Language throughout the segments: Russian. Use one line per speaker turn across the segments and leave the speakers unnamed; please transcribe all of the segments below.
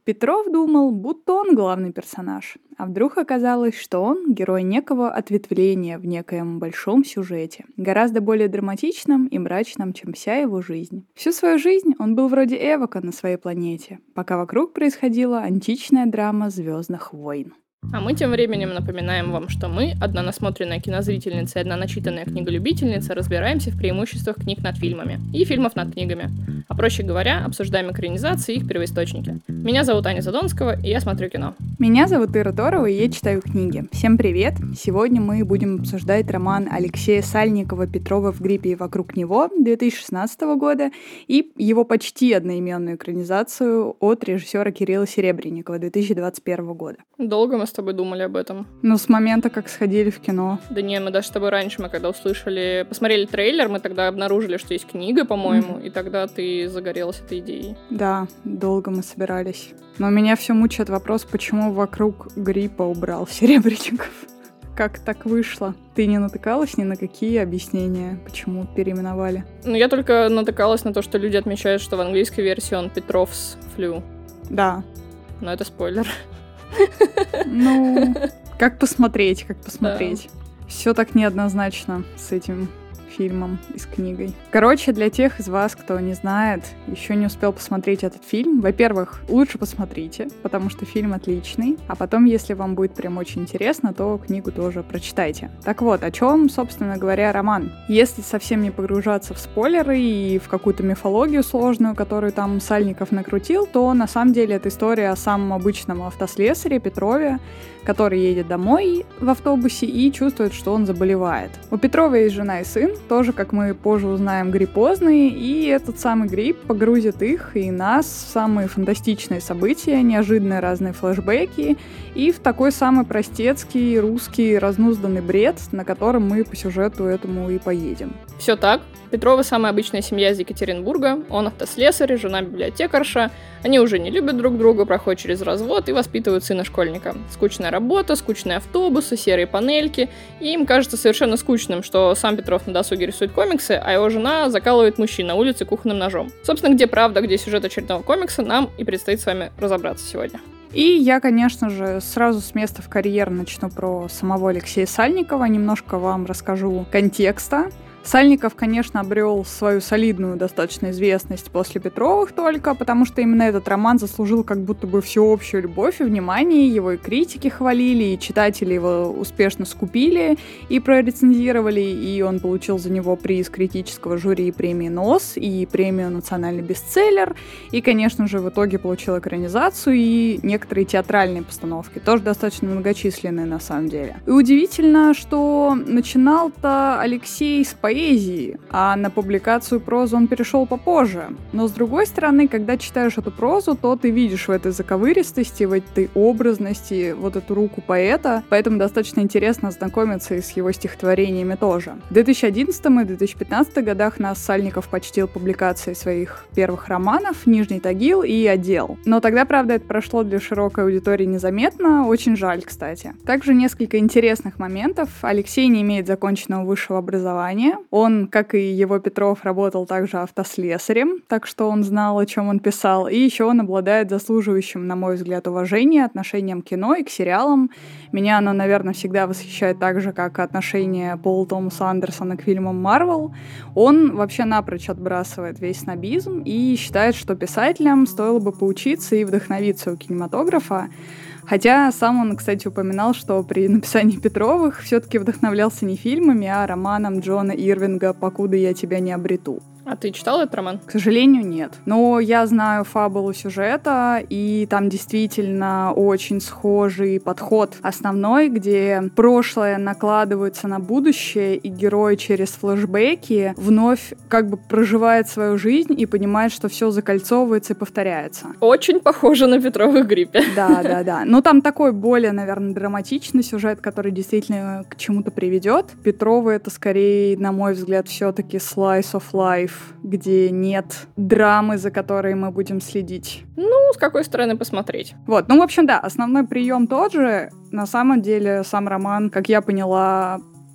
Петров думал, будто он главный персонаж, а вдруг оказалось, что он герой некого ответвления в некоем большом сюжете, гораздо более драматичном и мрачном, чем вся его жизнь. Всю свою жизнь он был вроде Эвока на своей планете, пока вокруг происходила античная драма «Звездных войн».
А мы тем временем напоминаем вам, что мы, одна насмотренная кинозрительница и одна начитанная книголюбительница, разбираемся в преимуществах книг над фильмами и фильмов над книгами. А проще говоря, обсуждаем экранизации и их первоисточники. Меня зовут Аня Задонского, и я смотрю кино.
Меня зовут Ира Торова, и я читаю книги. Всем привет! Сегодня мы будем обсуждать роман Алексея Сальникова «Петрова в гриппе и вокруг него» 2016 года и его почти одноименную экранизацию от режиссера Кирилла Серебренникова 2021 года.
Долго мы с тобой думали об этом.
Ну, с момента, как сходили в кино.
Да не, мы даже с тобой раньше, когда посмотрели трейлер, мы тогда обнаружили, что есть книга, по-моему, и тогда ты загорелась этой идеей.
Да, долго мы собирались. Но меня все мучает вопрос, почему вокруг гриппа убрал Серебренников. Как так вышло? Ты не натыкалась ни на какие объяснения, почему переименовали?
Ну, я только натыкалась на то, что люди отмечают, что в английской версии он Петров's Flu.
Да.
Но это спойлер.
Ну, как посмотреть.
Да.
Все так неоднозначно с этим фильмом и с книгой. Короче, для тех из вас, кто не знает, еще не успел посмотреть этот фильм, во-первых, лучше посмотрите, потому что фильм отличный, а потом, если вам будет прям очень интересно, то книгу тоже прочитайте. Так вот, о чем, собственно говоря, роман? Если совсем не погружаться в спойлеры и в какую-то мифологию сложную, которую там Сальников накрутил, то на самом деле это история о самом обычном автослесаре Петрове, который едет домой в автобусе и чувствует, что он заболевает. У Петрова есть жена и сын, тоже, как мы позже узнаем, гриппозные, и этот самый грипп погрузит их и нас в самые фантастичные события, неожиданные разные флешбеки и в такой самый простецкий русский разнузданный бред, на котором мы по сюжету этому и поедем.
Все так. Петрова самая обычная семья из Екатеринбурга, он автослесарь, жена библиотекарша, они уже не любят друг друга, проходят через развод и воспитывают сына-школьника. Скучная работа, скучные автобусы, серые панельки, и им кажется совершенно скучным, что сам Петров на досуге рисует комиксы, а его жена закалывает мужчин на улице кухонным ножом. Собственно, где правда, где сюжет очередного комикса, нам и предстоит с вами разобраться сегодня.
И я, конечно же, сразу с места в карьер начну про самого Алексея Сальникова, немножко вам расскажу контекста. Сальников, конечно, обрел свою солидную достаточно известность после Петровых только, потому что именно этот роман заслужил как будто бы всеобщую любовь и внимание, его и критики хвалили, и читатели его успешно скупили и прорецензировали, и он получил за него приз критического жюри премии НОС и премию «Национальный бестселлер», и, конечно же, в итоге получил экранизацию и некоторые театральные постановки, тоже достаточно многочисленные на самом деле. И удивительно, что начинал-то Алексей с поэзии, а на публикацию прозы он перешел попозже. Но, с другой стороны, когда читаешь эту прозу, то ты видишь в этой заковыристости, в этой образности вот эту руку поэта, поэтому достаточно интересно ознакомиться и с его стихотворениями тоже. В 2011 и 2015 годах нас Сальников почтил публикацией своих первых романов «Нижний Тагил» и «Отдел». Но тогда, правда, это прошло для широкой аудитории незаметно, очень жаль, кстати. Также несколько интересных моментов. Алексей не имеет законченного высшего образования. Он, как и его Петров, работал также автослесарем, так что он знал, о чем он писал. И еще он обладает заслуживающим, на мой взгляд, уважения отношением к кино и к сериалам. Меня оно, наверное, всегда восхищает так же, как отношение Пола Томаса Андерсона к фильмам Марвел. Он вообще напрочь отбрасывает весь снобизм и считает, что писателям стоило бы поучиться и вдохновиться у кинематографа. Хотя сам он, кстати, упоминал, что при написании Петровых все-таки вдохновлялся не фильмами, а романом Джона Ирвинга «Покуда я тебя не обрету».
А ты читал этот роман?
К сожалению, нет. Но я знаю фабулу сюжета, и там действительно очень схожий подход основной, где прошлое накладывается на будущее, и герой через флешбеки вновь как бы проживает свою жизнь и понимает, что все закольцовывается и повторяется.
Очень похоже на Петровых гриппе.
Да. Но там такой более, наверное, драматичный сюжет, который действительно к чему-то приведет. Петровы — это скорее, на мой взгляд, все-таки slice of life, где нет драмы, за которой мы будем следить.
Ну, с какой стороны посмотреть.
Вот, ну, в общем, да, основной прием тот же. На самом деле, сам роман, как я поняла,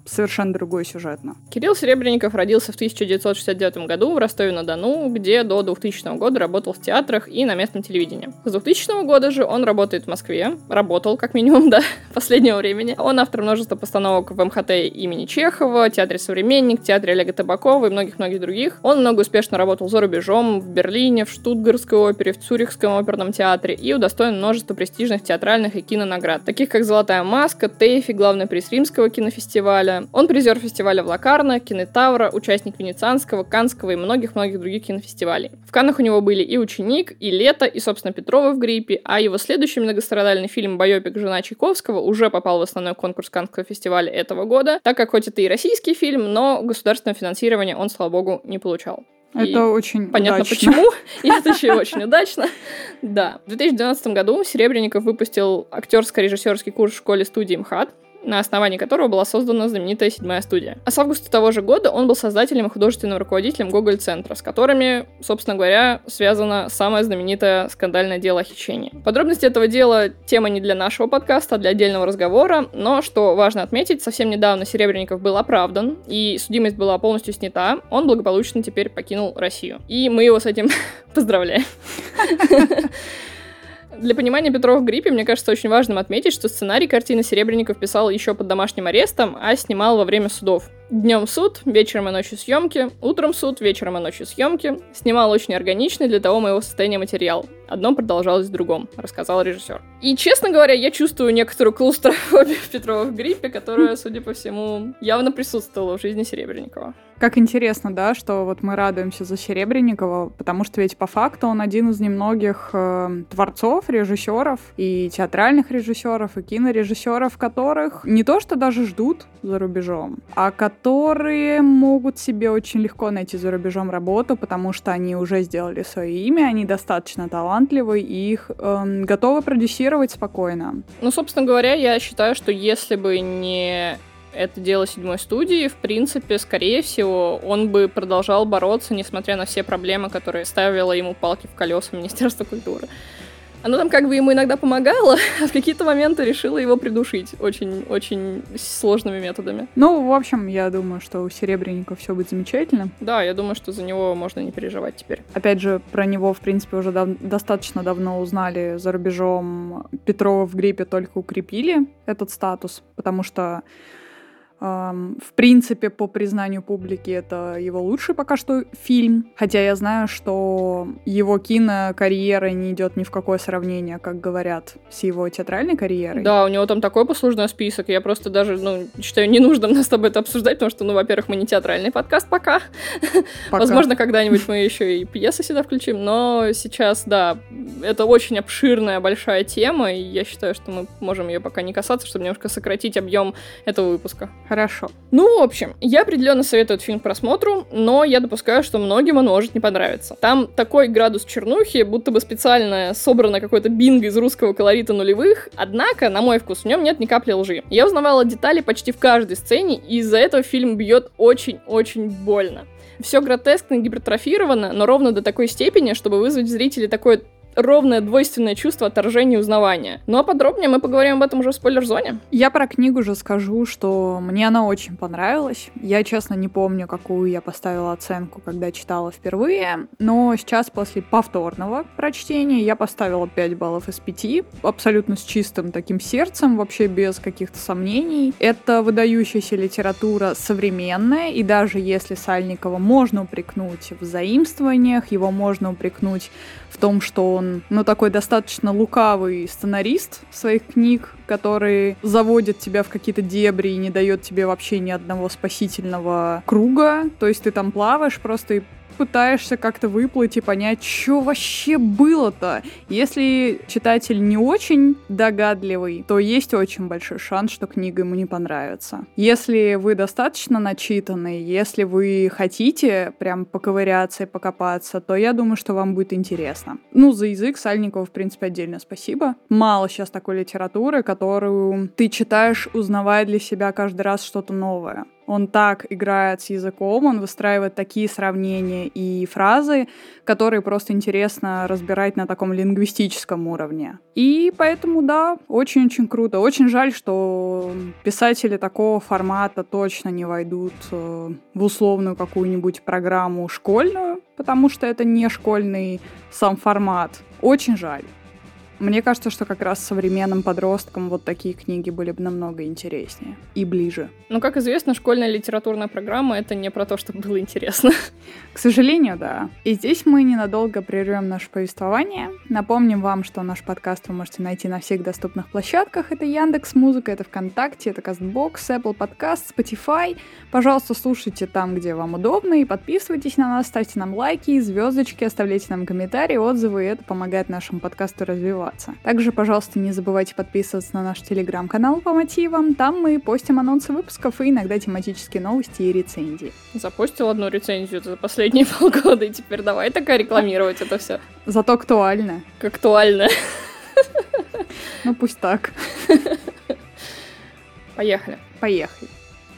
совершенно другое сюжетно.
Кирилл Серебренников родился в 1969 году в Ростове-на-Дону, где до 2000 года работал в театрах и на местном телевидении. С 2000 года же он работает в Москве. Работал, как минимум, до последнего времени. Он автор множества постановок в МХТ имени Чехова, Театре «Современник», Театре Олега Табакова и многих-многих других. Он много успешно работал за рубежом, в Берлине, в Штутгарской опере, в Цюрихском оперном театре и удостоен множества престижных театральных и кинонаград, таких как «Золотая маска», «ТЭФИ», главный приз Римского кинофестиваля. Он призер фестиваля в Локарно, Кинотавра, участник Венецианского, Каннского и многих-многих других кинофестивалей. В Каннах у него были и «Ученик», и «Лето», и, собственно, «Петрова в гриппе», а его следующий многострадальный фильм «Байопик. Жена Чайковского» уже попал в основной конкурс Каннского фестиваля этого года, так как хоть это и российский фильм, но государственное финансирование он, слава богу, не получал.
Это очень
понятно
удачно.
Почему, и это еще очень удачно. Да. В 2012 году Серебренников выпустил актерско-режиссерский курс в школе-студии МХАТ, на основании которого была создана знаменитая «Седьмая студия». А с августа того же года он был создателем и художественным руководителем Гоголь-центра, с которыми, собственно говоря, связано самое знаменитое скандальное дело о хищении. Подробности этого дела — тема не для нашего подкаста, а для отдельного разговора, но, что важно отметить, совсем недавно Серебренников был оправдан, и судимость была полностью снята, он благополучно теперь покинул Россию. И мы его с этим поздравляем. Для понимания «Петрова в гриппе», мне кажется, очень важным отметить, что сценарий картины Серебренников писал еще под домашним арестом, а снимал во время судов. Днем суд, вечером и ночью съемки, утром суд, вечером и ночью съемки. Снимал очень органичный для того моего состояния материал. Одно продолжалось в другом, рассказал режиссер. И, честно говоря, я чувствую некоторую клаустрофобию в «Петрова в гриппе», которая, судя по всему, явно присутствовала в жизни Серебренникова.
Как интересно, да, что вот мы радуемся за Серебренникова, потому что ведь по факту он один из немногих творцов, режиссеров, и театральных режиссеров, и кинорежиссеров, которых не то что даже ждут за рубежом, а которые могут себе очень легко найти за рубежом работу, потому что они уже сделали свое имя, они достаточно талантливы, и их готовы продюсировать спокойно.
Ну, собственно говоря, я считаю, что если бы не это дело «Седьмой студии», в принципе, скорее всего, он бы продолжал бороться, несмотря на все проблемы, которые ставило ему палки в колеса Министерство культуры. Оно там как бы ему иногда помогало, а в какие-то моменты решило его придушить очень-очень сложными методами.
Ну, в общем, я думаю, что у Серебренникова все будет замечательно.
Да, я думаю, что за него можно не переживать теперь.
Опять же, про него, в принципе, уже достаточно давно узнали за рубежом. Петрова в гриппе только укрепили этот статус, потому что в принципе, по признанию публики, это его лучший пока что фильм. Хотя я знаю, что его кинокарьера не идет ни в какое сравнение, как говорят, с его театральной карьерой.
Да, у него там такой послужной список. Я просто даже, считаю, не нужно нам с тобой это обсуждать, потому что, во-первых, мы не театральный подкаст пока. Возможно, когда-нибудь мы еще и пьесы сюда включим. Но сейчас, да, это очень обширная, большая тема, и я считаю, что мы можем ее пока не касаться, чтобы немножко сократить объем этого выпуска.
Хорошо.
Ну, в общем, я определенно советую этот фильм к просмотру, но я допускаю, что многим он может не понравиться. Там такой градус чернухи, будто бы специально собрано какой-то бинго из русского колорита нулевых, однако, на мой вкус, в нем нет ни капли лжи. Я узнавала детали почти в каждой сцене, и из-за этого фильм бьет очень-очень больно. Все гротескно, гипертрофировано, но ровно до такой степени, чтобы вызвать в зрителе такое ровное двойственное чувство отторжения и узнавания. Ну а подробнее мы поговорим об этом уже в спойлер-зоне.
Я про книгу же скажу, что мне она очень понравилась. Я, честно, не помню, какую я поставила оценку, когда читала впервые, но сейчас после повторного прочтения я поставила 5 баллов из 5, абсолютно с чистым таким сердцем, вообще без каких-то сомнений. Это выдающаяся литература современная, и даже если Сальникова можно упрекнуть в заимствованиях, его можно упрекнуть в том, что он, такой достаточно лукавый сценарист своих книг, который заводит тебя в какие-то дебри и не дает тебе вообще ни одного спасительного круга. То есть ты там плаваешь просто и пытаешься как-то выплыть и понять, что вообще было-то. Если читатель не очень догадливый, то есть очень большой шанс, что книга ему не понравится. Если вы достаточно начитанный, если вы хотите прям поковыряться и покопаться, то я думаю, что вам будет интересно. За язык Сальникову, в принципе, отдельно спасибо. Мало сейчас такой литературы, которую ты читаешь, узнавая для себя каждый раз что-то новое. Он так играет с языком, он выстраивает такие сравнения и фразы, которые просто интересно разбирать на таком лингвистическом уровне. И поэтому, да, очень-очень круто. Очень жаль, что писатели такого формата точно не войдут в условную какую-нибудь программу школьную, потому что это не школьный сам формат. Очень жаль. Мне кажется, что как раз современным подросткам вот такие книги были бы намного интереснее и ближе.
Ну, как известно, школьная литературная программа — это не про то, чтобы было интересно.
К сожалению, да. И здесь мы ненадолго прервем наше повествование. Напомним вам, что наш подкаст вы можете найти на всех доступных площадках. Это Яндекс.Музыка, это ВКонтакте, это Castbox, Apple Podcast, Spotify. Пожалуйста, слушайте там, где вам удобно, и подписывайтесь на нас, ставьте нам лайки, звездочки, оставляйте нам комментарии, отзывы, и это помогает нашему подкасту развиваться. Также, пожалуйста, не забывайте подписываться на наш телеграм-канал по мотивам. Там мы постим анонсы выпусков и иногда тематические новости и рецензии.
Запостил одну рецензию за последние полгода, и теперь давай такая рекламировать это все.
Зато актуально.
Актуально.
Ну, пусть так.
Поехали.
Поехали.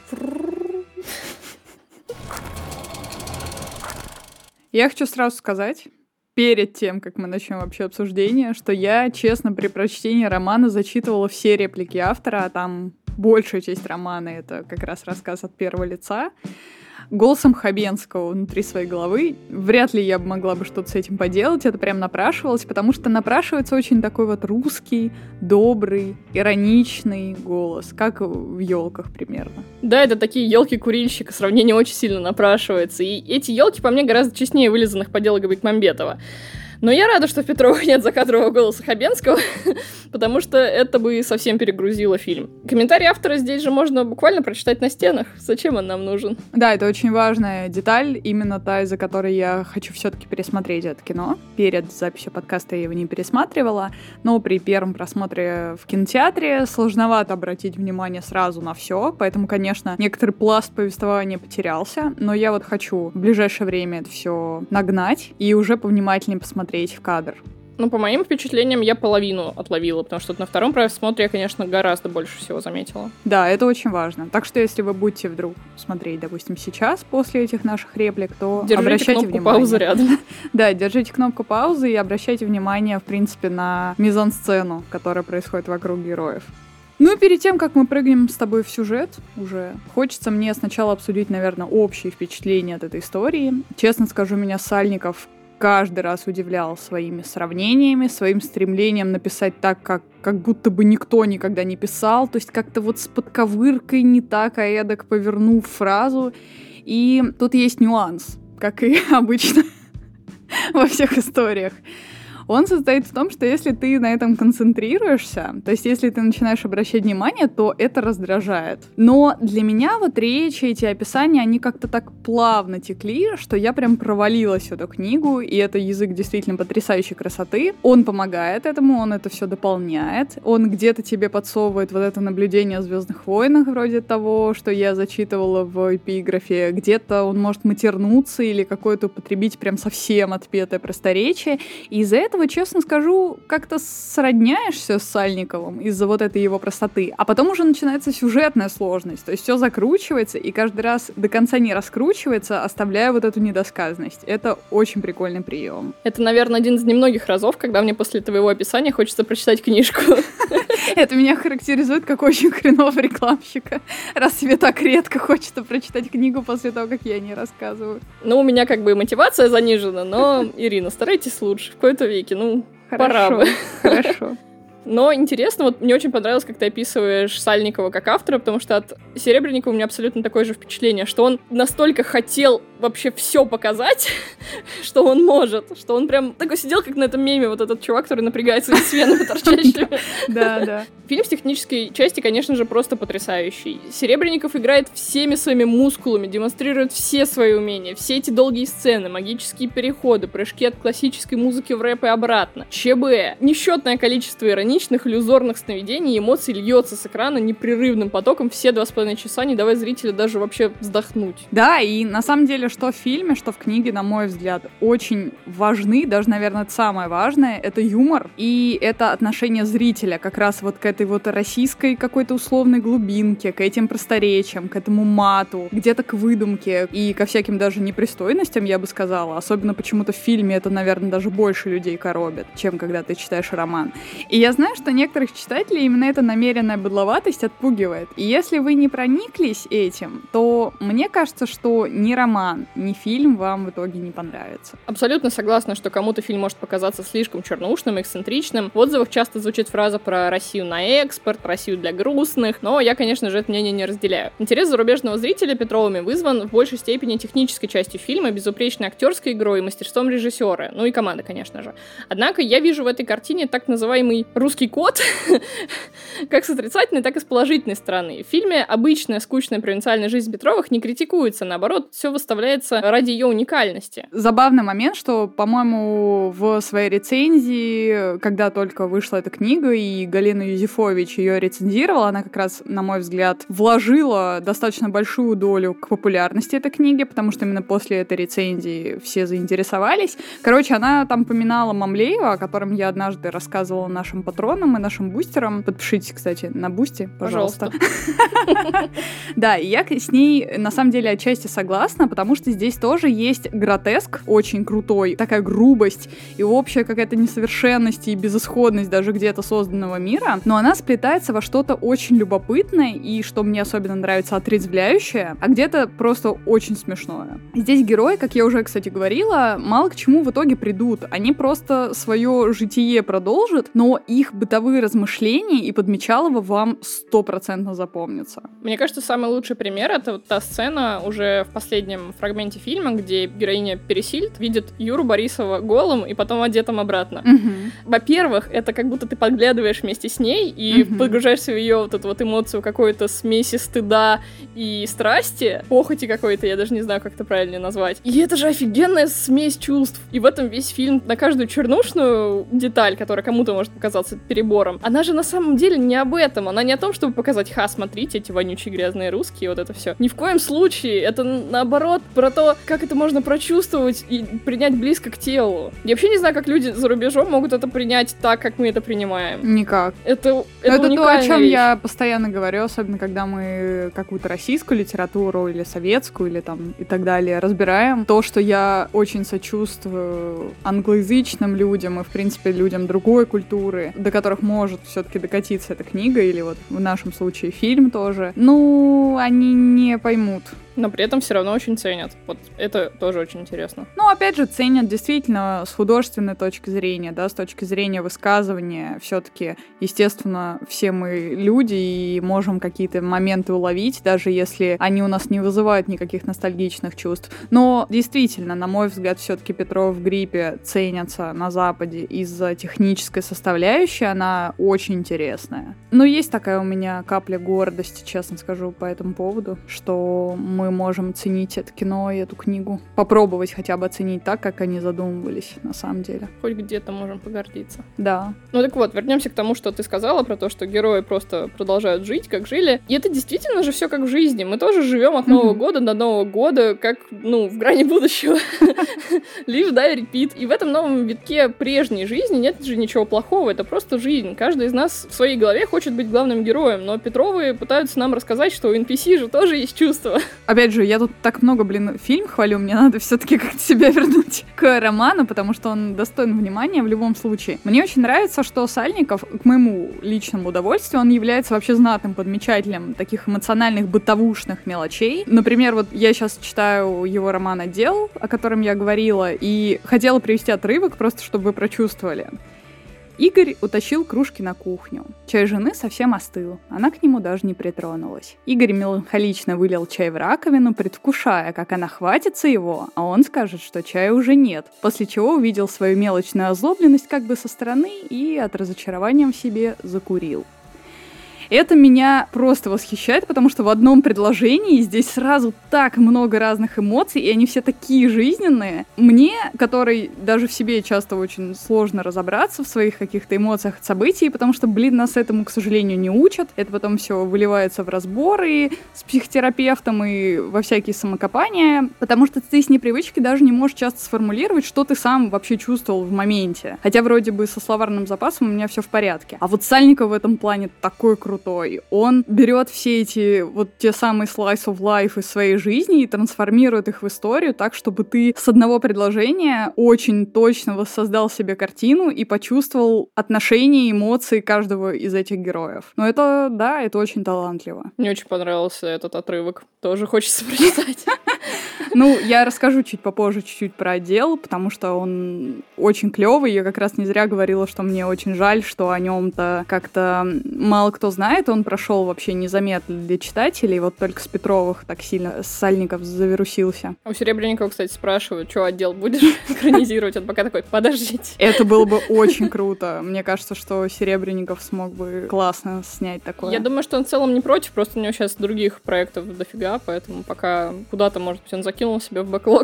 Я хочу сразу сказать, перед тем, как мы начнем вообще обсуждение, что я, честно, при прочтении романа зачитывала все реплики автора, а там большая часть романа — это как раз рассказ от первого лица, голосом Хабенского внутри своей головы. Вряд ли я могла бы что-то с этим поделать, это прям напрашивалось, потому что напрашивается очень такой вот русский, добрый, ироничный голос, как в «Ёлках» примерно.
Да, это такие елки-курильщика, сравнение очень сильно напрашивается. И эти елки, по мне, гораздо честнее вылизанных поделок Бекмамбетова. Но я рада, что в Петровых нет закадрового голоса Хабенского, потому что это бы совсем перегрузило фильм. Комментарий автора здесь же можно буквально прочитать на стенах. Зачем он нам нужен?
Да, это очень важная деталь, именно та, из-за которой я хочу все-таки пересмотреть это кино. Перед записью подкаста я его не пересматривала, но при первом просмотре в кинотеатре сложновато обратить внимание сразу на все, поэтому, конечно, некоторый пласт повествования потерялся, но я вот хочу в ближайшее время это все нагнать и уже повнимательнее посмотреть в кадр.
Ну, по моим впечатлениям, я половину отловила, потому что на втором просмотре я, конечно, гораздо больше всего заметила.
Да, это очень важно. Так что, если вы будете вдруг смотреть, допустим, сейчас, после этих наших реплик, то
держите
обращайте
кнопку
внимание.
Паузы рядом.
Да, держите кнопку паузы и обращайте внимание, в принципе, на мизансцену, которая происходит вокруг героев. Ну и перед тем, как мы прыгнем с тобой в сюжет уже, хочется мне сначала обсудить, наверное, общие впечатления от этой истории. Честно скажу, меня Сальников каждый раз удивлял своими сравнениями, своим стремлением написать так, как будто бы никто никогда не писал, то есть как-то вот с подковыркой, не так, а эдак повернув фразу. И тут есть нюанс, как и обычно во всех историях. Он состоит в том, что если ты на этом концентрируешься, то есть если ты начинаешь обращать внимание, то это раздражает. Но для меня вот речи, эти описания, они как-то так плавно текли, что я прям провалилась в эту книгу, и это язык действительно потрясающей красоты. Он помогает этому, он это все дополняет, он где-то тебе подсовывает вот это наблюдение о «Звездных войнах», вроде того, что я зачитывала в эпиграфе, где-то он может матернуться или какое-то употребить прям совсем отпетое просторечие, и из-за этого, честно скажу, как-то сродняешься с Сальниковым из-за вот этой его простоты. А потом уже начинается сюжетная сложность. То есть все закручивается, и каждый раз до конца не раскручивается, оставляя вот эту недосказанность. Это очень прикольный прием.
Это, наверное, один из немногих разов, когда мне после твоего описания хочется прочитать книжку.
Это меня характеризует как очень хренового рекламщика. Раз тебе так редко хочется прочитать книгу после того, как я о ней рассказываю.
Ну, у меня как бы мотивация занижена, но, Ирина, старайтесь лучше. В какой-то веке, пора бы.
Хорошо.
Но интересно, вот мне очень понравилось, как ты описываешь Сальникова как автора, потому что от Серебренникова у меня абсолютно такое же впечатление, что он настолько хотел вообще все показать, что он может, что он прям такой сидел, как на этом меме, вот этот чувак, который напрягается с венами торчащими.
Да.
Фильм с технической части, конечно же, просто потрясающий. Серебренников играет всеми своими мускулами, демонстрирует все свои умения, все эти долгие сцены, магические переходы, прыжки от классической музыки в рэп и обратно, ЧБ, несчетное количество ироничных, иллюзорных сновидений и эмоций льется с экрана непрерывным потоком все 2,5 часа, не давая зрителю даже вообще вздохнуть.
Да, и на самом деле, что в фильме, что в книге, на мой взгляд, очень важны, даже, наверное, это самое важное, это юмор и это отношение зрителя как раз вот к этой вот российской какой-то условной глубинке, к этим просторечиям, к этому мату, где-то к выдумке и ко всяким даже непристойностям, я бы сказала. Особенно почему-то в фильме это, наверное, даже больше людей коробит, чем когда ты читаешь роман. И я знаю, что некоторых читателей именно эта намеренная быдловатость отпугивает. И если вы не прониклись этим, то мне кажется, что ни роман, ни фильм вам в итоге не понравится.
Абсолютно согласна, что кому-то фильм может показаться слишком чернушным, эксцентричным. В отзывах часто звучит фраза про Россию на экспорт, Россию для грустных, но я, конечно же, это мнение не разделяю. Интерес зарубежного зрителя Петровыми вызван в большей степени технической частью фильма, безупречной актерской игрой и мастерством режиссера, ну и команды, конечно же. Однако я вижу в этой картине так называемый русский код, как с отрицательной, так и с положительной стороны. В фильме обычная скучная провинциальная жизнь Петровых не критикуется, наоборот, все выставляется ради ее уникальности.
Забавный момент, что, по-моему, в своей рецензии, когда только вышла эта книга, и Галина Юзефович ее рецензировала, она как раз, на мой взгляд, вложила достаточно большую долю к популярности этой книги, потому что именно после этой рецензии все заинтересовались. Короче, она там поминала Мамлеева, о котором я однажды рассказывала нашим патронам и нашим бустерам. Подпишитесь, кстати, на Бусти, пожалуйста. Да, и я с ней, на самом деле, отчасти согласна, потому что здесь тоже есть гротеск очень крутой, такая грубость и общая какая-то несовершенность и безысходность даже где-то созданного мира, но она сплетается во что-то очень любопытное и, что мне особенно нравится, отрезвляющее, а где-то просто очень смешное. Здесь герои, как я уже, кстати, говорила, мало к чему в итоге придут. Они просто свое житие продолжат, но их бытовые размышления и подмечалово вам 100% запомнятся.
Мне кажется, самый лучший пример — это вот та сцена уже в последнем фрагменте фильма, где героиня Пересильд видит Юру Борисова голым и потом одетым обратно. Во-первых, это как будто ты подглядываешь вместе с ней и погружаешься в ее вот эту вот эмоцию какой-то смеси стыда и страсти, похоти какой-то, я даже не знаю, как это правильно назвать. И это же офигенная смесь чувств. И в этом весь фильм. На каждую чернушную деталь, которая кому-то может показаться перебором, она же на самом деле не об этом. Она не о том, чтобы показать: ха, смотрите, эти вонючие грязные русские, вот это все. Ни в коем случае. Это, наоборот, про то, как это можно прочувствовать и принять близко к телу. Я вообще не знаю, как люди за рубежом могут это принять так, как мы это принимаем.
Никак.
Это
то, о чем я постоянно говорю, особенно когда мы какую-то российскую литературу или советскую, или там и так далее разбираем. То, что я очень сочувствую англоязычным людям и, в принципе, людям другой культуры, до которых может все-таки докатиться эта книга, или вот в нашем случае фильм тоже, ну, они не поймут.
Но при этом все равно очень ценят. Вот это тоже очень интересно.
Ну, опять же, ценят действительно с художественной точки зрения, да, с точки зрения высказывания. Все-таки, естественно, все мы люди и можем какие-то моменты уловить, даже если они у нас не вызывают никаких ностальгичных чувств. Но действительно, на мой взгляд, все-таки Петров в гриппе ценятся на Западе из-за технической составляющей. Она очень интересная. Но есть такая у меня капля гордости, честно скажу, по этому поводу, что мы можем ценить это кино и эту книгу. Попробовать хотя бы оценить так, как они задумывались на самом деле.
Хоть где-то можем погордиться.
Да.
Ну так вот, вернемся к тому, что ты сказала про то, что герои просто продолжают жить, как жили. И это действительно же все как в жизни. Мы тоже живем от Нового года до Нового года, как, в грани будущего. Live, die, repeat. И в этом новом витке прежней жизни нет же ничего плохого. Это просто жизнь. Каждый из нас в своей голове хочет быть главным героем, но Петровы пытаются нам рассказать, что у NPC же тоже есть чувства.
Опять же, я тут так много, фильм хвалю, мне надо все-таки как-то себя вернуть к роману, потому что он достоин внимания в любом случае. Мне очень нравится, что Сальников, к моему личному удовольствию, он является вообще знатным подмечателем таких эмоциональных бытовушных мелочей. Например, вот я сейчас читаю его роман «Отдел», о котором я говорила, и хотела привести отрывок, просто чтобы вы прочувствовали. Игорь утащил кружки на кухню. Чай жены совсем остыл. Она к нему даже не притронулась. Игорь меланхолично вылил чай в раковину, предвкушая, как она хватится его, а он скажет, что чая уже нет. После чего увидел свою мелочную озлобленность как бы со стороны и от разочарования в себе закурил. Это меня просто восхищает, потому что в одном предложении здесь сразу так много разных эмоций, и они все такие жизненные. Мне, который даже в себе часто очень сложно разобраться в своих каких-то эмоциях от событий, потому что, нас этому, к сожалению, не учат. Это потом все выливается в разборы с психотерапевтом и во всякие самокопания, потому что ты с непривычки даже не можешь часто сформулировать, что ты сам вообще чувствовал в моменте. Хотя вроде бы со словарным запасом у меня все в порядке. А вот Сальников в этом плане такой крутой. Он берет все эти вот те самые slice of life из своей жизни и трансформирует их в историю так, чтобы ты с одного предложения очень точно воссоздал себе картину и почувствовал отношения, эмоции каждого из этих героев. Но это, да, это очень талантливо.
Мне очень понравился этот отрывок. Тоже хочется прочитать.
Ну, я расскажу чуть попозже чуть-чуть про отдел, потому что он очень клевый. Я как раз не зря говорила, что мне очень жаль, что о нем-то как-то мало кто знает. Он прошел вообще незаметно для читателей. Вот только с Петровых так сильно Сальников завирусился.
У Серебренникова, кстати, спрашивают, что отдел будешь экранизировать? Он пока такой, подождите.
Это было бы очень круто. Мне кажется, что Серебренников смог бы классно снять такое.
Я думаю, что он в целом не против, просто у него сейчас других проектов дофига, поэтому пока куда-то, может быть, он закинул себе в бэклог.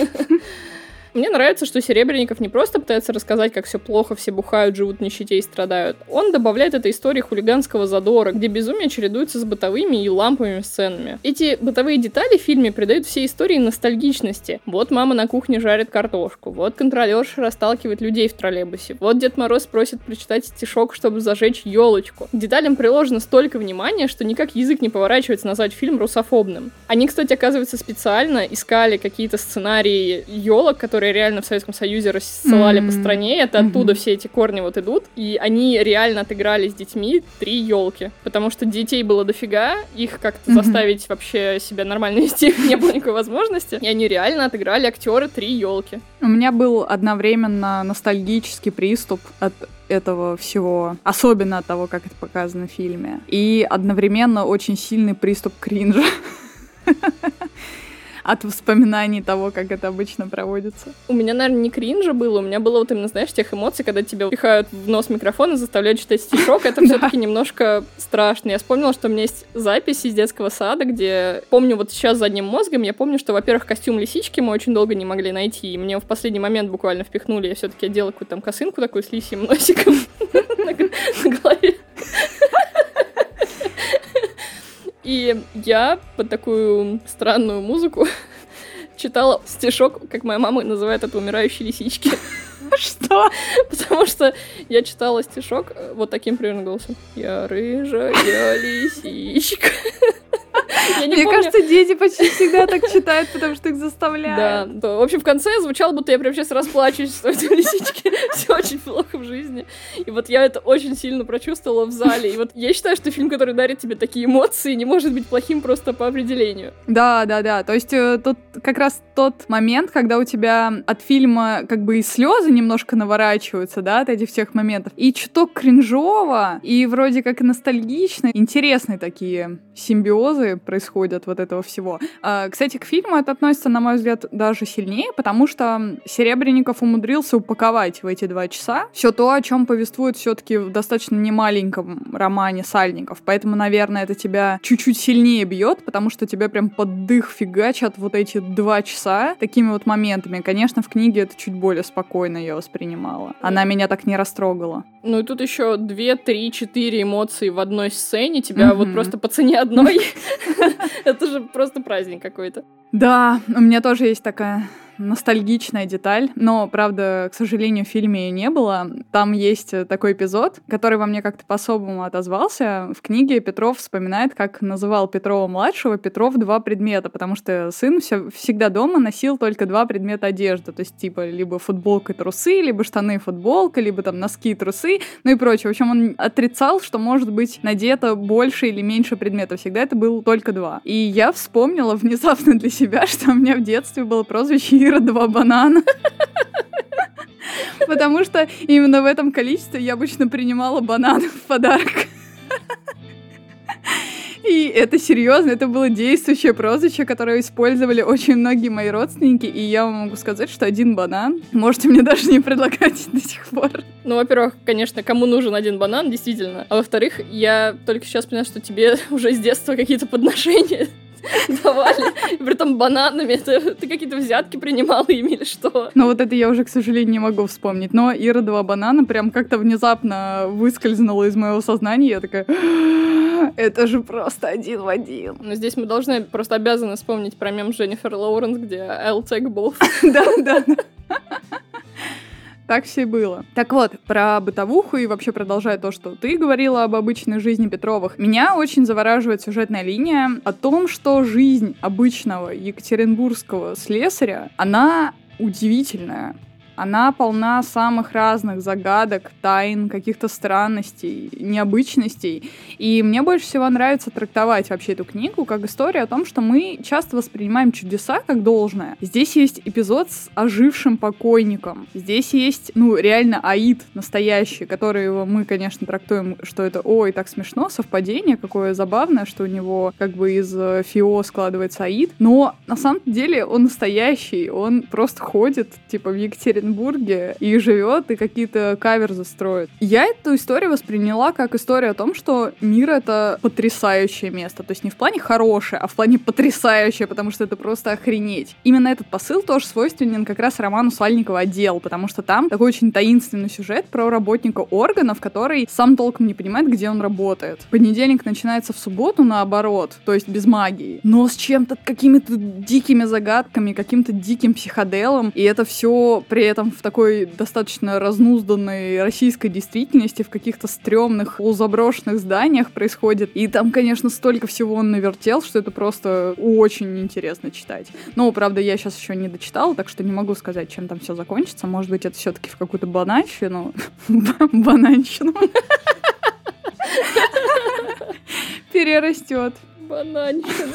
Мне нравится, что Серебренников не просто пытается рассказать, как все плохо, все бухают, живут в нищете и страдают. Он добавляет этой истории хулиганского задора, где безумие чередуется с бытовыми и ламповыми сценами. Эти бытовые детали в фильме придают всей истории ностальгичности. Вот мама на кухне жарит картошку, вот контролерша расталкивает людей в троллейбусе, вот Дед Мороз просит прочитать стишок, чтобы зажечь елочку. К деталям приложено столько внимания, что никак язык не поворачивается назвать фильм русофобным. Они, кстати, оказывается, специально искали какие-то сценарии елок, которые реально в Советском Союзе рассылали по стране, это оттуда все эти корни вот идут, и они реально отыграли с детьми 3 елки, потому что детей было дофига, их как-то заставить вообще себя нормально вести не было никакой возможности, и они реально отыграли актеры 3 елки.
У меня был одновременно ностальгический приступ от этого всего, особенно от того, как это показано в фильме, и одновременно очень сильный приступ кринжа. От воспоминаний того, как это обычно проводится.
У меня, наверное, не кринжа было, у меня было вот именно, знаешь, тех эмоций, когда тебе пихают в нос микрофон и заставляют читать стишок, это все-таки немножко страшно. Я вспомнила, что у меня есть запись из детского сада, где, помню, вот сейчас задним мозгом, я помню, что, во-первых, костюм лисички мы очень долго не могли найти, и мне его в последний момент буквально впихнули, я все-таки одела какую-то там косынку такую с лисьим носиком на голове. И я под такую странную музыку читала стишок, как моя мама называет это, умирающей лисички.
Что?
Потому что я читала стишок вот таким примерно голосом. Я рыжая лисичка.
Мне кажется, дети почти всегда так читают, потому что их заставляют.
Да. В общем, в конце звучало, будто я прям сейчас расплачусь в этой лисичке. Все очень плохо в жизни. И вот я это очень сильно прочувствовала в зале. И вот я считаю, что фильм, который дарит тебе такие эмоции, не может быть плохим просто по определению.
Да. То есть тут как раз тот момент, когда у тебя от фильма как бы и слезы немножко наворачиваются, да, от этих всех моментов. И чуток кринжово, и вроде как и ностальгично. Интересные такие симбиозы происходят вот этого всего. Кстати, к фильму это относится, на мой взгляд, даже сильнее, потому что Серебренников умудрился упаковать в эти 2 часа все то, о чем повествует все-таки в достаточно немаленьком романе Сальников. Поэтому, наверное, это тебя чуть-чуть сильнее бьет, потому что тебя прям под дых фигачат вот эти 2 часа такими вот моментами. Конечно, в книге это чуть более спокойно я воспринимала. Она меня так не растрогала.
Ну и тут еще 2, 3, 4 эмоции в одной сцене. Тебя вот просто по цене одной. Это же просто праздник какой-то.
Да, у меня тоже есть такая ностальгичная деталь, но, правда, к сожалению, в фильме ее не было. Там есть такой эпизод, который во мне как-то по-особому отозвался. В книге Петров вспоминает, как называл Петрова-младшего Петров 2 предмета, потому что сын всегда дома носил только 2 предмета одежды, то есть типа либо футболка и трусы, либо штаны и футболка, либо там носки и трусы, ну и прочее. В общем, он отрицал, что может быть надето больше или меньше предметов. Всегда это было только 2. И я вспомнила внезапно для себя, что у меня в детстве было прозвище Ира 2 банана. Потому что именно в этом количестве я обычно принимала бананы в подарок. И это серьезно, это было действующее прозвище, которое использовали очень многие мои родственники, и я вам могу сказать, что один банан можете мне даже не предлагать до сих пор.
Ну, во-первых, конечно, кому нужен один банан, действительно. А во-вторых, я только сейчас поняла, что тебе уже с детства какие-то подношения давали, и притом бананами. Ты какие-то взятки принимала ими или что?
Ну вот это я уже, к сожалению, не могу вспомнить. Но иродова банана прям как-то внезапно выскользнула из моего сознания. Я такая, это же просто один в один.
Но здесь мы должны, просто обязаны вспомнить про мем Дженнифер Лоуренс, где I'll take both.
Да. Так все и было. Так вот, про бытовуху и вообще продолжая то, что ты говорила об обычной жизни Петровых, меня очень завораживает сюжетная линия о том, что жизнь обычного екатеринбургского слесаря, она удивительная. Она полна самых разных загадок, тайн, каких-то странностей, необычностей. И мне больше всего нравится трактовать вообще эту книгу как историю о том, что мы часто воспринимаем чудеса как должное. Здесь есть эпизод с ожившим покойником. Здесь есть, реально Аид настоящий, который мы, конечно, трактуем, что это, ой, так смешно, совпадение какое забавное, что у него как бы из Фио складывается Аид. Но на самом деле он настоящий, он просто ходит, типа, в Екатеринбурге и живет, и какие-то каверзы строит. Я эту историю восприняла как историю о том, что мир — это потрясающее место. То есть не в плане хорошее, а в плане потрясающее, потому что это просто охренеть. Именно этот посыл тоже свойственен как раз роману Сальникова «Отдел», потому что там такой очень таинственный сюжет про работника органов, который сам толком не понимает, где он работает. Понедельник начинается в субботу наоборот, то есть без магии, но с чем-то, какими-то дикими загадками, каким-то диким психоделом, и это все при этом в такой достаточно разнузданной российской действительности, в каких-то стрёмных, полузаброшенных зданиях происходит. И там, конечно, столько всего он навертел, что это просто очень интересно читать. Но, правда, я сейчас еще не дочитала, так что не могу сказать, чем там все закончится. Может быть, это все-таки в какую-то бананщину. Бананщину. Перерастет.
Бананщину.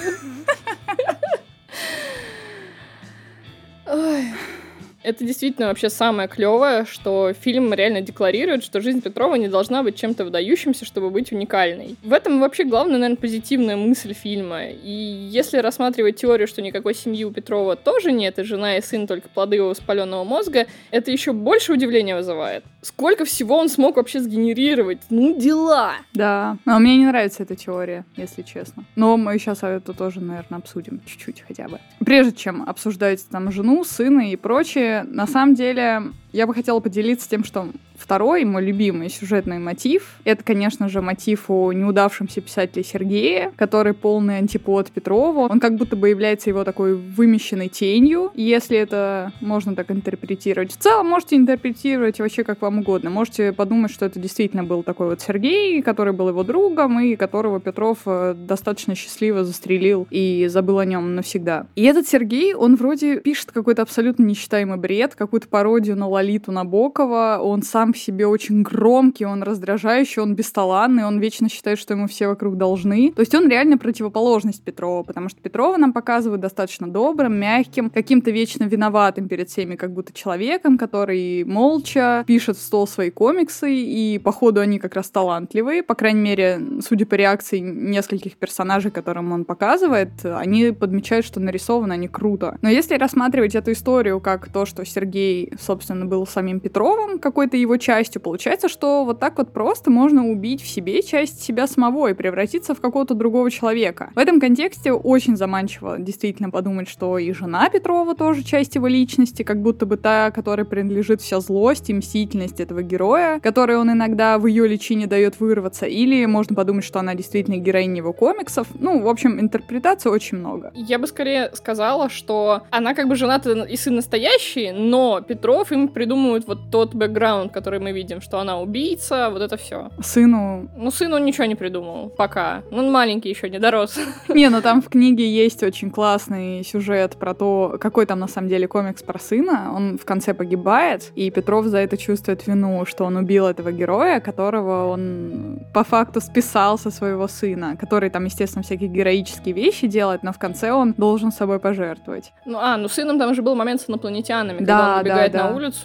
Ой. Это действительно вообще самое клевое, что фильм реально декларирует, что жизнь Петрова не должна быть чем-то выдающимся, чтобы быть уникальной. В этом вообще главная, наверное, позитивная мысль фильма. И если рассматривать теорию, что никакой семьи у Петрова тоже нет, и жена и сын только плоды его воспаленного мозга, это еще больше удивления вызывает. Сколько всего он смог вообще сгенерировать? Дела!
Да, но мне не нравится эта теория, если честно. Но мы сейчас это тоже, наверное, обсудим чуть-чуть хотя бы. Прежде чем обсуждать там жену, сына и прочее, на самом деле, я бы хотела поделиться тем, что второй мой любимый сюжетный мотив — это, конечно же, мотив о неудавшемся писателе Сергее, который полный антипод Петрову. Он как будто бы является его такой вымещенной тенью, если это можно так интерпретировать. В целом, можете интерпретировать вообще как вам угодно. Можете подумать, что это действительно был такой вот Сергей, который был его другом, и которого Петров достаточно счастливо застрелил и забыл о нем навсегда. И этот Сергей, он вроде пишет какой-то абсолютно нечитаемый бред, какую-то пародию на Лолиту Набокова, он сам в себе очень громкий, он раздражающий, он бесталанный, он вечно считает, что ему все вокруг должны. То есть он реально противоположность Петрова, потому что Петрова нам показывают достаточно добрым, мягким, каким-то вечно виноватым перед всеми как будто человеком, который молча пишет в стол свои комиксы, и походу они как раз талантливые, по крайней мере, судя по реакции нескольких персонажей, которым он показывает, они подмечают, что нарисованы они круто. Но если рассматривать эту историю как то, что Сергей, собственно, был самим Петровым, какой-то его частью, получается, что вот так вот просто можно убить в себе часть себя самого и превратиться в какого-то другого человека. В этом контексте очень заманчиво действительно подумать, что и жена Петрова тоже часть его личности, как будто бы та, которой принадлежит вся злость и мстительность этого героя, которой он иногда в ее личине дает вырваться, или можно подумать, что она действительно героиня его комиксов. В общем, интерпретаций очень много.
Я бы скорее сказала, что она как бы жена-то и сын настоящий, но Петров им придумывает вот тот бэкграунд, который мы видим, что она убийца, вот это все.
Сыну
он ничего не придумал. Пока. Он маленький еще, не дорос.
Не, там в книге есть очень классный сюжет про то, какой там на самом деле комикс про сына. Он в конце погибает, и Петров за это чувствует вину, что он убил этого героя, которого он по факту списал со своего сына, который там, естественно, всякие героические вещи делает, но в конце он должен собой пожертвовать.
Сыном там же был момент с инопланетянами, когда он убегает на улицу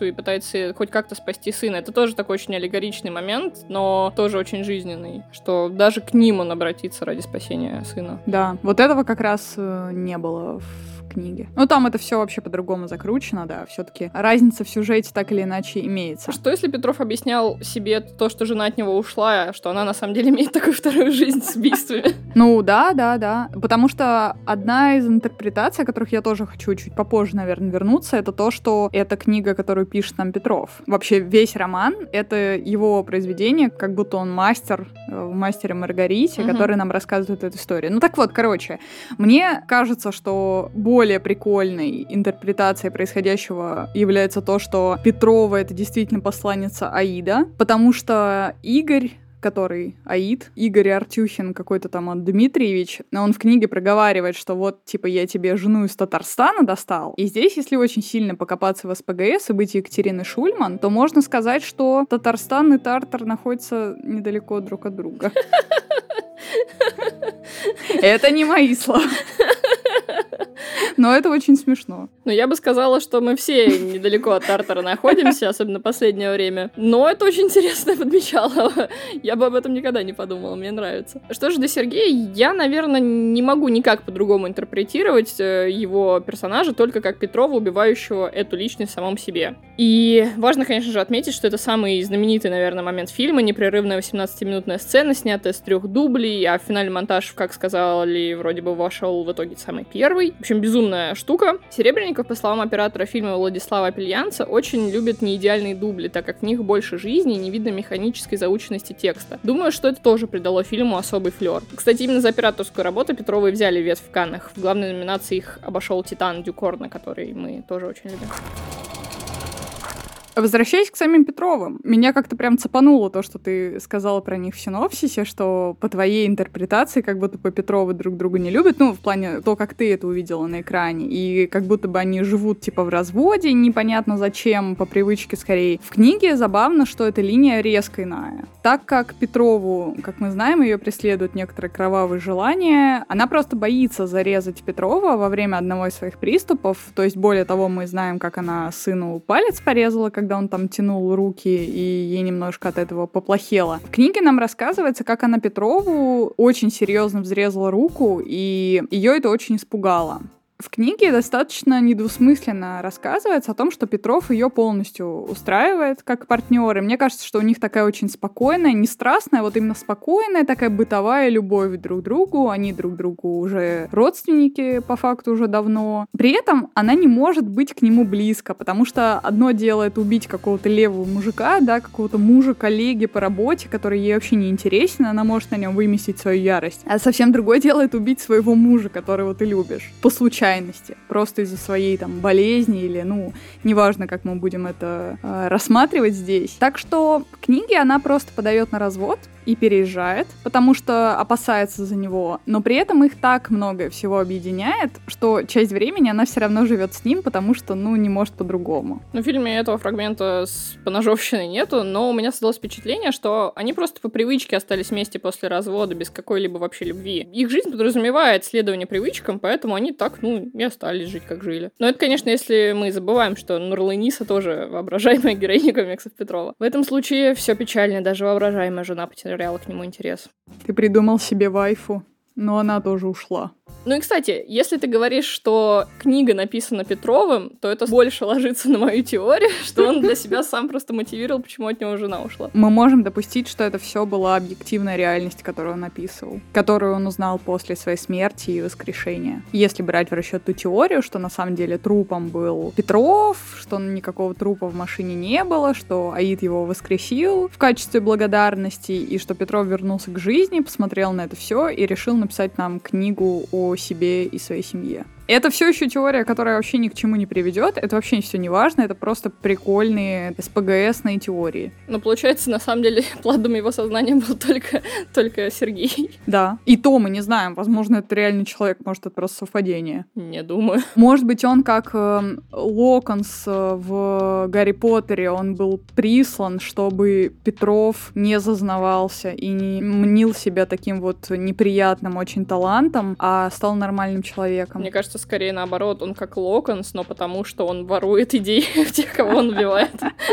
и пытается хоть как-то спасти сына. Это тоже такой очень аллегоричный момент, но тоже очень жизненный, что даже к ним он обратится ради спасения сына.
Да, вот этого как раз не было в книге. Ну, там это все вообще по-другому закручено, да, все-таки разница в сюжете так или иначе имеется.
Что если Петров объяснял себе то, что жена от него ушла, что она на самом деле имеет такую вторую жизнь с убийствами?
Ну, да. Потому что одна из интерпретаций, о которых я тоже хочу чуть попозже, наверное, вернуться, это то, что это книга, которую пишет нам Петров. Вообще весь роман — это его произведение, как будто он мастер в «Мастере и Маргарите», который нам рассказывает эту историю. Ну так вот, короче, мне кажется, что более прикольной интерпретацией происходящего является то, что Петрова — это действительно посланница Аида, потому что Игорь, который Аид, Игорь Артюхин какой-то там Дмитриевич, он в книге проговаривает, что вот, типа, я тебе жену из Татарстана достал. И здесь, если очень сильно покопаться в СПГС и быть Екатериной Шульман, то можно сказать, что Татарстан и Тартар находятся недалеко друг от друга. Это не мои слова. Но это очень смешно.
Ну, я бы сказала, что мы все недалеко от Тартара находимся, особенно в последнее время. Но это очень интересно подмечало. Я бы об этом никогда не подумала, мне нравится. Что же до Сергея, я, наверное, не могу никак по-другому интерпретировать его персонажа, только как Петрова, убивающего эту личность в самом себе. И важно, конечно же, отметить, что это самый знаменитый, наверное, момент фильма, непрерывная 18-минутная сцена, снятая с 3 дублей, а финальный монтаж, как сказали, вроде бы вошел в итоге самый первый. В общем, безумная штука. Серебренников, по словам оператора фильма Владислава Апельянца, очень любит неидеальные дубли, так как в них больше жизни и не видно механической заученности текста. Думаю, что это тоже придало фильму особый флёр. Кстати, именно за операторскую работу Петровой взяли вес в Каннах. В главной номинации их обошел «Титан» Дюкорна, который мы тоже очень любим.
Возвращаясь к самим Петровым, меня как-то прям цепануло то, что ты сказала про них в синопсисе, что по твоей интерпретации как будто бы Петровы друг друга не любят, ну, в плане то, как ты это увидела на экране, и как будто бы они живут типа в разводе, непонятно зачем, по привычке скорее. В книге забавно, что эта линия резко иная. Так как Петрову, как мы знаем, ее преследуют некоторые кровавые желания, она просто боится зарезать Петрова во время одного из своих приступов, то есть более того, мы знаем, как она сыну палец порезала, когда он там тянул руки, и ей немножко от этого поплохело. В книге нам рассказывается, как она Петрову очень серьезно взрезала руку, и ее это очень испугало. В книге достаточно недвусмысленно рассказывается о том, что Петров ее полностью устраивает как партнер. И мне кажется, что у них такая очень спокойная, не страстная, вот именно спокойная, такая бытовая любовь друг к другу. Они друг другу уже родственники, по факту, уже давно. При этом она не может быть к нему близко, потому что одно дело — это убить какого-то левого мужика, да, какого-то мужа, коллеги по работе, который ей вообще не интересен, она может на нем выместить свою ярость. А совсем другое дело — это убить своего мужа, которого ты любишь. По случайности. Просто из-за своей там болезни или, ну, неважно, как мы будем это рассматривать здесь. Так что в книге она просто подает на развод и переезжает, потому что опасается за него, но при этом их так много всего объединяет, что часть времени она все равно живет с ним, потому что, ну, не может по-другому.
В фильме этого фрагмента с поножовщиной нету, но у меня создалось впечатление, что они просто по привычке остались вместе после развода, без какой-либо вообще любви. Их жизнь подразумевает следование привычкам, поэтому они так, ну, и остались жить, как жили. Но это, конечно, если мы забываем, что Нурланиса тоже воображаемая героиня комиксов Петрова. В этом случае все печально, даже воображаемая жена потеряла к нему интерес.
Ты придумал себе вайфу, но она тоже ушла.
Ну и, кстати, если ты говоришь, что книга написана Петровым, то это больше ложится на мою теорию, что он для себя сам просто мотивировал, почему от него жена ушла.
Мы можем допустить, что это все была объективная реальность, которую он описывал, которую он узнал после своей смерти и воскрешения. Если брать в расчет ту теорию, что на самом деле трупом был Петров, что никакого трупа в машине не было, что Аид его воскресил в качестве благодарности, и что Петров вернулся к жизни, посмотрел на это все и решил написать нам книгу о себе и своей семье. Это все еще теория, которая вообще ни к чему не приведет. Это вообще все не важно. Это просто прикольные СПГСные теории.
Но получается, на самом деле, плодом его сознания был только Сергей.
Да. И то мы не знаем. Возможно, это реальный человек. Может, это просто совпадение.
Не думаю.
Может быть, он как Локонс в Гарри Поттере. Он был прислан, чтобы Петров не зазнавался и не мнил себя таким вот неприятным очень талантом, а стал нормальным человеком.
Мне кажется, кажется, скорее наоборот, он как Локонс, но потому что он ворует идеи в тех, кого он убивает.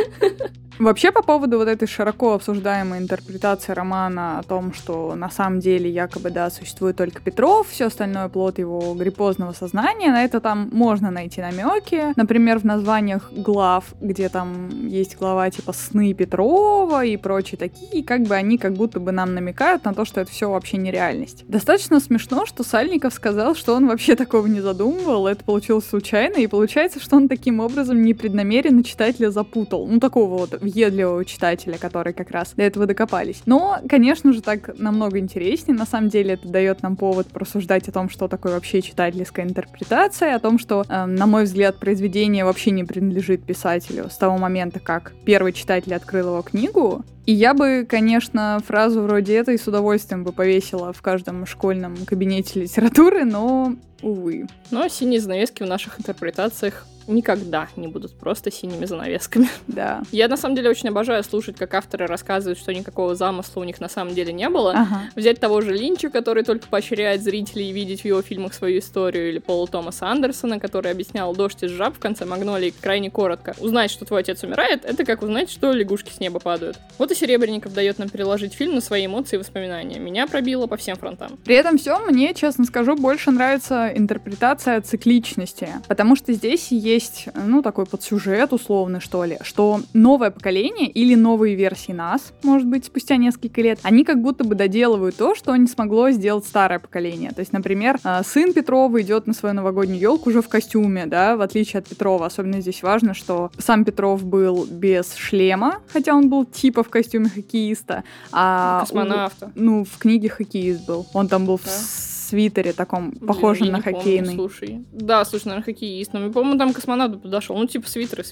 Вообще, по поводу вот этой широко обсуждаемой интерпретации романа о том, что на самом деле якобы, да, существует только Петров, все остальное плод его гриппозного сознания, на это там можно найти намеки. Например, в названиях глав, где там есть глава типа «Сны Петрова» и прочие такие, как бы они как будто бы нам намекают на то, что это все вообще нереальность. Достаточно смешно, что Сальников сказал, что он вообще такого не задумывал, это получилось случайно, и получается, что он таким образом непреднамеренно читателя запутал. Ну, такого вот въедливого читателя, которые как раз до этого докопались. Но, конечно же, так намного интереснее. На самом деле это дает нам повод просуждать о том, что такое вообще читательская интерпретация, о том, что, на мой взгляд, произведение вообще не принадлежит писателю с того момента, как первый читатель открыл его книгу. И я бы, конечно, фразу вроде этой с удовольствием бы повесила в каждом школьном кабинете литературы, но, увы.
Но синие занавески в наших интерпретациях никогда не будут просто синими занавесками.
Да.
Я, на самом деле, очень обожаю слушать, как авторы рассказывают, что никакого замысла у них на самом деле не было.
Ага.
Взять того же Линча, который только поощряет зрителей видеть в его фильмах свою историю, или Пола Томаса Андерсона, который объяснял «Дождь из жаб» в конце «Магнолии» крайне коротко. Узнать, что твой отец умирает, это как узнать, что лягушки с неба падают. Вот и Серебренников дает нам переложить фильм на свои эмоции и воспоминания. Меня пробило по всем фронтам.
При этом все мне, честно скажу, больше нравится интерпретация цикличности, потому что здесь есть, ну, такой подсюжет условный, что ли, что новое поколение или новые версии нас, может быть, спустя несколько лет, они как будто бы доделывают то, что не смогло сделать старое поколение. То есть, например, сын Петрова идет на свою новогоднюю елку уже в костюме, да, в отличие от Петрова. Особенно здесь важно, что сам Петров был без шлема, хотя он был типа в костюме хоккеиста.
Космонавта.
В книге хоккеист был. Он там был в свитере таком, похожем на хоккейный.
Помню, слушай. Да, слушай, наверное, хоккеист. Но, по-моему, там космонавт подошел. Ну, типа свитер.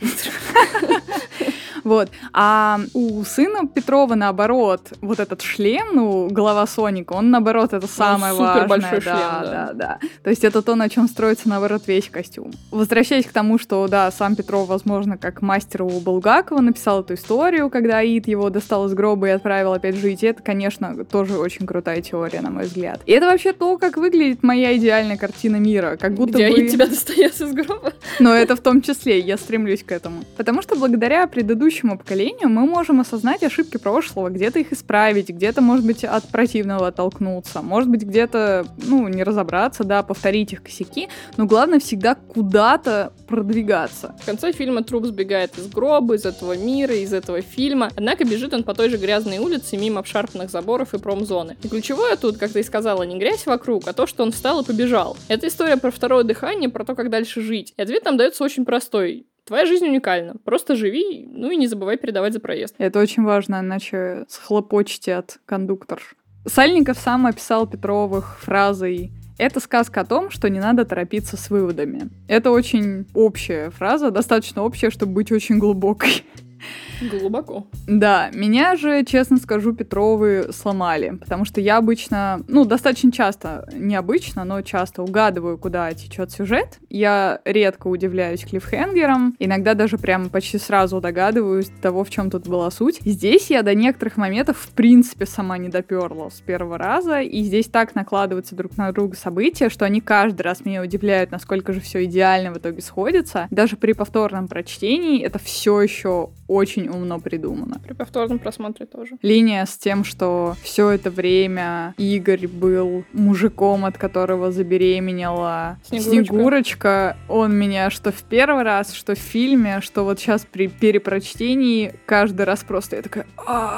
Вот. А у сына Петрова, наоборот, вот этот шлем, голова Соника, он, наоборот, это самое важное.
Супер большой шлем,
да. То есть это то, на чем строится, наоборот, весь костюм. Возвращаясь к тому, что, да, сам Петров, возможно, как мастер у Булгакова написал эту историю, когда Аид его достал из гроба и отправил опять жить. И это, конечно, тоже очень крутая теория, на мой взгляд. И это вообще то, как выглядит моя идеальная картина мира. Как будто
где
бы...
Аид тебя достает из гроба.
Но это в том числе, я стремлюсь к этому. Потому что благодаря предыдущему поколению мы можем осознать ошибки прошлого, где-то их исправить, где-то, может быть, от противного оттолкнуться, может быть, где-то, не разобраться, да, повторить их косяки, но главное всегда куда-то продвигаться.
В конце фильма труп сбегает из гроба, из этого мира, из этого фильма, однако бежит он по той же грязной улице мимо обшарпанных заборов и промзоны. И ключевое тут, как ты и сказала, не грязь вокруг, а то, что он встал и побежал. Это история про второе дыхание, про то, как дальше жить. И ответ нам дается очень простой. Твоя жизнь уникальна. Просто живи, и не забывай передавать за проезд.
Это очень важно, иначе схлопочете от кондукторш. Сальников сам описал Петровых фразой: «Это сказка о том, что не надо торопиться с выводами». Это очень общая фраза, достаточно общая, чтобы быть очень глубокой.
Глубоко.
Да, меня же, честно скажу, Петровы сломали, потому что я обычно, достаточно часто, необычно, но часто угадываю, куда течет сюжет. Я редко удивляюсь клиффхенгерам, иногда даже прямо почти сразу догадываюсь того, в чем тут была суть. Здесь я до некоторых моментов в принципе сама не доперла с первого раза, и здесь так накладываются друг на друга события, что они каждый раз меня удивляют, насколько же все идеально в итоге сходится. Даже при повторном прочтении это все еще очень умно придумано.
При повторном просмотре тоже.
Линия с тем, что все это время Игорь был мужиком, от которого забеременела Снегурочка. Он меня что в первый раз, что в фильме, что вот сейчас при перепрочтении каждый раз просто я такая: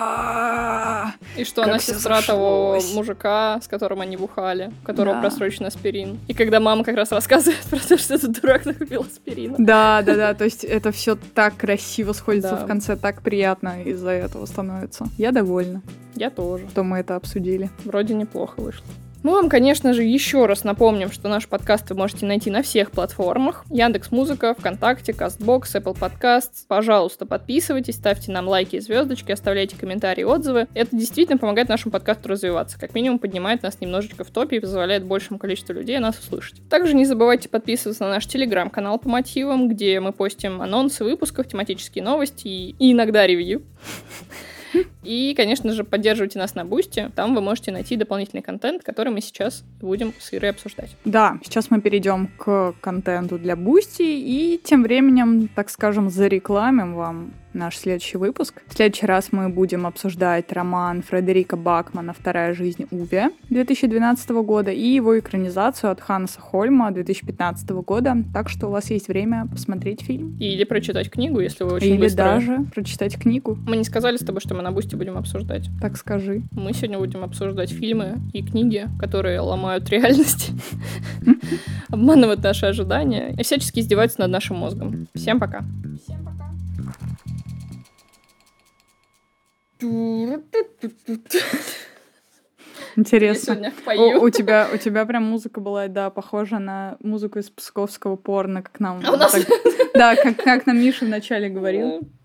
и что она сестра того мужика, с которым они бухали, у которого просроченный аспирин. И когда мама как раз рассказывает про то, что этот дурак накупил аспирина.
Да, то есть это все так красиво сходится в конце, так приятно из-за этого становится. Я довольна.
Я тоже.
Что мы это обсудили.
Вроде неплохо вышло. Мы вам, конечно же, еще раз напомним, что наш подкаст вы можете найти на всех платформах. Яндекс.Музыка, ВКонтакте, Кастбокс, Apple Podcasts. Пожалуйста, подписывайтесь, ставьте нам лайки и звездочки, оставляйте комментарии и отзывы. Это действительно помогает нашему подкасту развиваться. Как минимум, поднимает нас немножечко в топе и позволяет большему количеству людей нас услышать. Также не забывайте подписываться на наш телеграм-канал по мотивам, где мы постим анонсы выпусков, тематические новости и иногда ревью. И, конечно же, поддерживайте нас на Бусти. Там вы можете найти дополнительный контент, который мы сейчас будем с Ирой обсуждать.
Да, сейчас мы перейдем к контенту для Бусти, и тем временем, так скажем, зарекламим вам наш следующий выпуск. В следующий раз мы будем обсуждать роман Фредерика Бакмана «Вторая жизнь Уве» 2012 года и его экранизацию от Ханнеса Хольма 2015 года. Так что у вас есть время посмотреть фильм.
Или прочитать книгу, если вы очень
Или
быстро.
даже прочитать книгу.
Мы не сказали с тобой, что мы на Бусти будем обсуждать.
Так скажи.
Мы сегодня будем обсуждать фильмы и книги, которые ломают реальность, обманывают наши ожидания и всячески издеваются над нашим мозгом. Всем пока.
Интересно.
Я сегодня пою.
У тебя прям музыка была, да, похожа на музыку из псковского порно, как нам...
А у нас...
Да, как нам Миша вначале говорил.